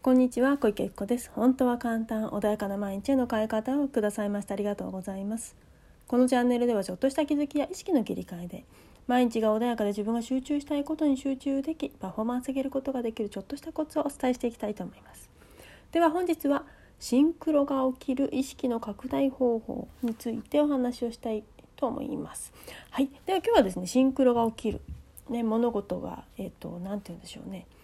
こんにちは、小池由紀子です。本当は簡単、穏やかな毎日への変え方をくださいましてありがとうございます。このチャンネルではちょっとした気づきや意識の切り替えで毎日が穏やかで自分が集中したいことに集中でき、パフォーマンス上げることができるちょっとしたコツをお伝えしていきたいと思います。では本日はシンクロが起きる意識の拡大方法についてお話をしたいと思います。はい、では今日はですね、シンクロが起きる、物事がなんて言うんでしょうね。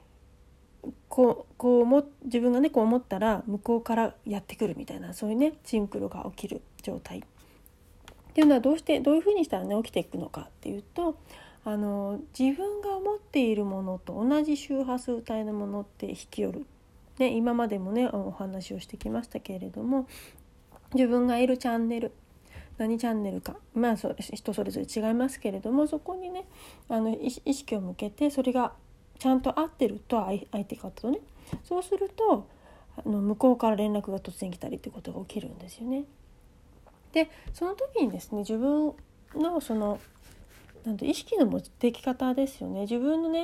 自分がこう思ったら向こうからやってくるみたいな、そういうシンクロが起きる状態っていうのはどういうふうにしたら起きていくのかっていうと、自分が思っているものと同じ周波数帯のものって引き寄る、今までもお話をしてきましたけれども、自分がいるチャンネル、何チャンネルか、人それぞれ違いますけれども、そこに意識を向けて、それがちゃんと合ってると相手方とそうすると向こうから連絡が突然来たりということが起きるんですよね。でその時にですね、自分の意識の持ってき方ですよね。自分の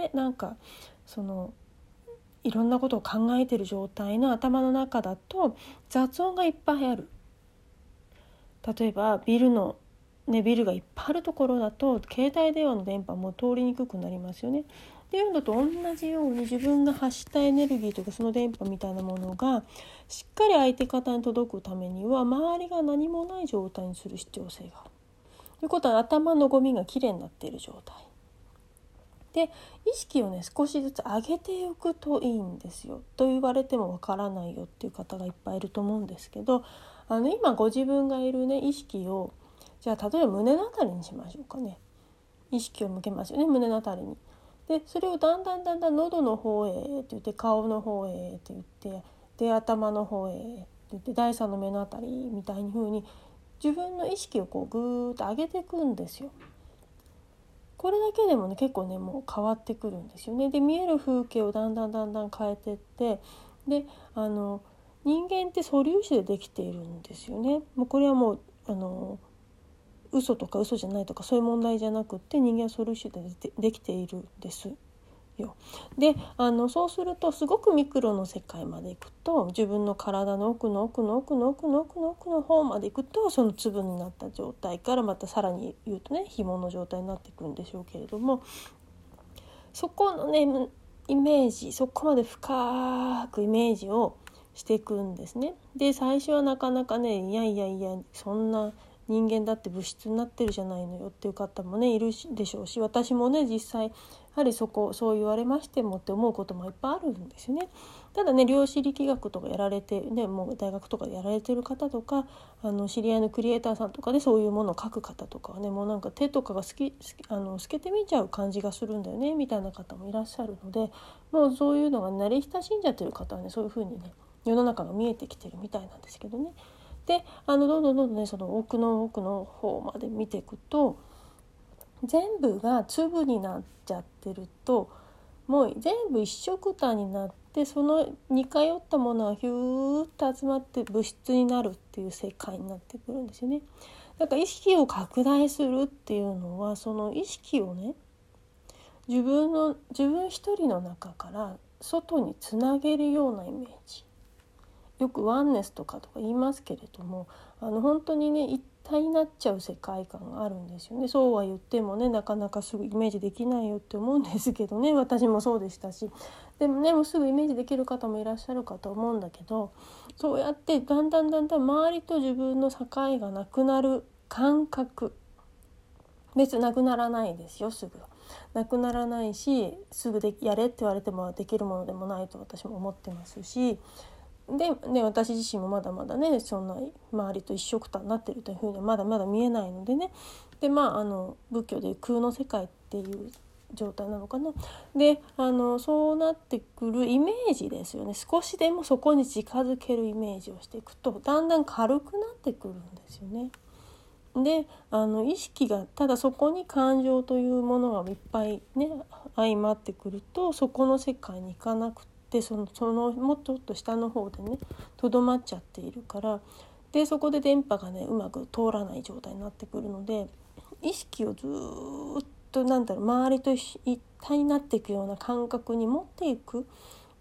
いろんなことを考えている状態の頭の中だと雑音がいっぱいある。例えばビルがいっぱいあるところだと携帯電話の電波も通りにくくなりますよね。っていうのと同じように、自分が発したエネルギーとかその電波みたいなものがしっかり相手方に届くためには、周りが何もない状態にする必要性がある。ということは、頭のゴミがきれいになっている状態で、意識を少しずつ上げておくといいんですよ。と言われてもわからないよっていう方がいっぱいいると思うんですけど、今ご自分がいる意識を、じゃあ例えば胸のあたりにしましょうかね。意識を向けますよね、胸のあたりに。でそれをだんだん喉の方へって言って、顔の方へって言って、で頭の方へって言って、第三の目のあたりみたいに風に自分の意識をぐーっと上げていくんですよ。これだけでも結構もう変わってくるんですよね。で見える風景をだんだん変えていって、で人間って素粒子でできているんですよね。もうこれはもう嘘とか嘘じゃないとかそういう問題じゃなくって、人間は素粒子でできているんですよ。でそうすると、すごくミクロの世界まで行くと、自分の体の奥の方まで行くと、その粒になった状態からまたさらに言うと紐の状態になっていくんでしょうけれども、そこのイメージ、そこまで深くイメージをしていくんですね。で最初はなかなかいやそんな人間だって物質になってるじゃないのよっていう方もいるでしょうし、私も実際やはりそう言われましてもって思うこともいっぱいあるんですよね。ただ量子力学とかやられてもう大学とかでやられてる方とか、知り合いのクリエイターさんとかでそういうものを書く方とかはもう手とかが透けて見ちゃう感じがするんだよねみたいな方もいらっしゃるので、もうそういうのが慣れ親しんじゃってる方はそういうふうに世の中が見えてきてるみたいなんですけどね。でどんどんその奥の方まで見ていくと、全部が粒になっちゃってると、もう全部一緒くたになって、その似通ったものがヒューッと集まって物質になるっていう世界になってくるんですよね。だから意識を拡大するっていうのは、その意識を自分一人の中から外につなげるようなイメージ。よくワンネスとか言いますけれども、本当に一体になっちゃう世界観があるんですよね。そうは言ってもなかなかすぐイメージできないよって思うんですけどね。私もそうでしたし、でももうすぐイメージできる方もいらっしゃるかと思うんだけど、そうやってだんだん周りと自分の境がなくなる感覚、別になくならないですよ。すぐなくならないし、すぐやれって言われてもできるものでもないと私も思ってますし、で私自身もまだまだそんな周りと一緒くたになっているというふうにはまだまだ見えないのでで仏教でいう空の世界っていう状態なのかな。でそうなってくるイメージですよね。少しでもそこに近づけるイメージをしていくと、だんだん軽くなってくるんですよね。で意識がただそこに感情というものがいっぱい相まってくると、そこの世界に行かなくて、そのもうちょっと下の方でとどまっちゃっているから、でそこで電波がうまく通らない状態になってくるので、意識をずっと周りと一体になっていくような感覚に持っていく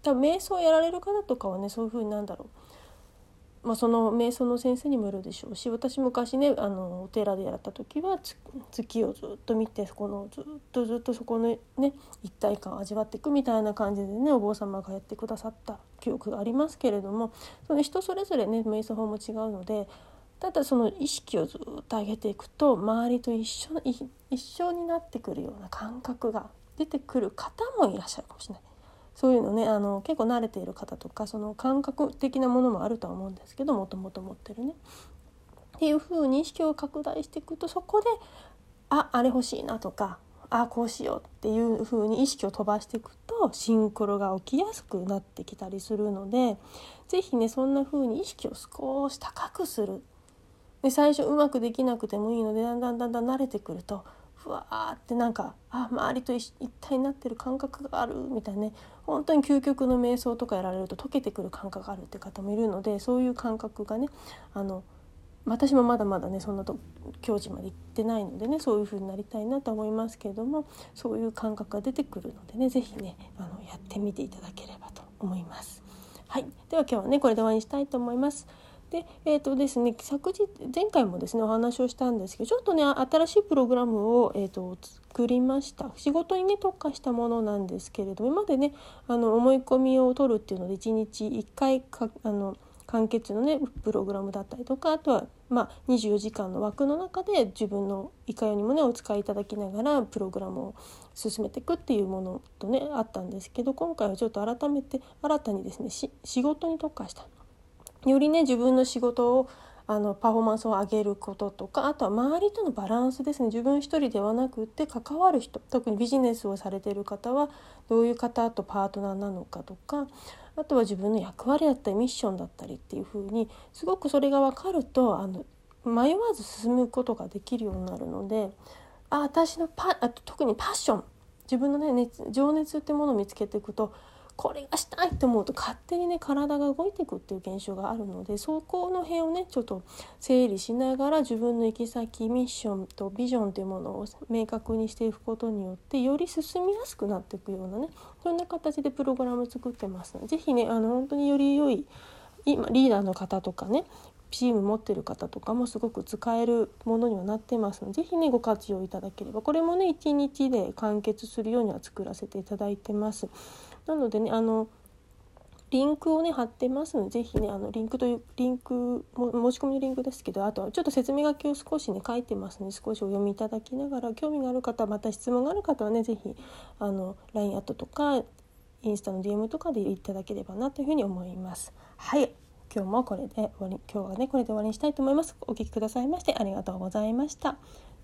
多分瞑想をやられる方とかはねそういうふうにその瞑想の先生にもよるでしょうし、私昔ねお寺でやった時は月をずっと見てずっとそこのね一体感を味わっていくみたいな感じでねお坊様がやってくださった記憶がありますけれども、その人それぞれね瞑想法も違うので、ただその意識をずっと上げていくと周りと一緒になってくるような感覚が出てくる方もいらっしゃるかもしれない。そういうのね結構慣れている方とかその感覚的なものもあるとは思うんですけど、もともと持ってるねっていう風に意識を拡大していくと、そこであれ欲しいなとかこうしようっていう風に意識を飛ばしていくとシンクロが起きやすくなってきたりするので、ぜひねそんな風に意識を少し高くする。で最初うまくできなくてもいいのでだんだん慣れてくるとふわーって周りと一体になってる感覚があるみたいなね、本当に究極の瞑想とかやられると溶けてくる感覚があるって方もいるので、そういう感覚がね私もまだまだねそんな境地まで行ってないのでね、そういう風になりたいなと思いますけれども、そういう感覚が出てくるのでね、ぜひねやってみていただければと思います。はい、では今日はねこれで終わりにしたいと思います。でですね、前回もですねお話をしたんですけど、ちょっとね新しいプログラムを、作りました。仕事にね特化したものなんですけれども、今までね思い込みを取るっていうので1日1回完結のねプログラムだったりとか、あとは24時間の枠の中で自分のいかようにもねお使いいただきながらプログラムを進めていくっていうものとねあったんですけど、今回はちょっと改めて新たにですね仕事に特化したよりね自分の仕事をパフォーマンスを上げることとか、あとは周りとのバランスですね。自分一人ではなくって関わる人、特にビジネスをされている方はどういう方とパートナーなのかとか、あとは自分の役割だったりミッションだったりっていう風にすごくそれが分かると迷わず進むことができるようになるので、私の特にパッション、自分のね情熱ってものを見つけていくと、これがしたいと思うと勝手にね体が動いていくっていう現象があるので、そこの辺をねちょっと整理しながら自分の行き先、ミッションとビジョンというものを明確にしていくことによってより進みやすくなっていくようなね、そんな形でプログラム作ってますので、ぜひね本当により良い今リーダーの方とかねチーム持ってる方とかもすごく使えるものにはなってますので、ぜひねご活用いただければ。これもね1日で完結するようには作らせていただいてます。なのでねリンクをね貼ってますので、ぜひねリンクも申し込みのリンクですけど、あとはちょっと説明書きを少しね書いてますので、少しお読みいただきながら、興味がある方、また質問がある方はねぜひLINE アットとかインスタの DM とかでいただければなというふうに思います。はい、今日はねこれで終わりにしたいと思います。お聞きくださいましてありがとうございました。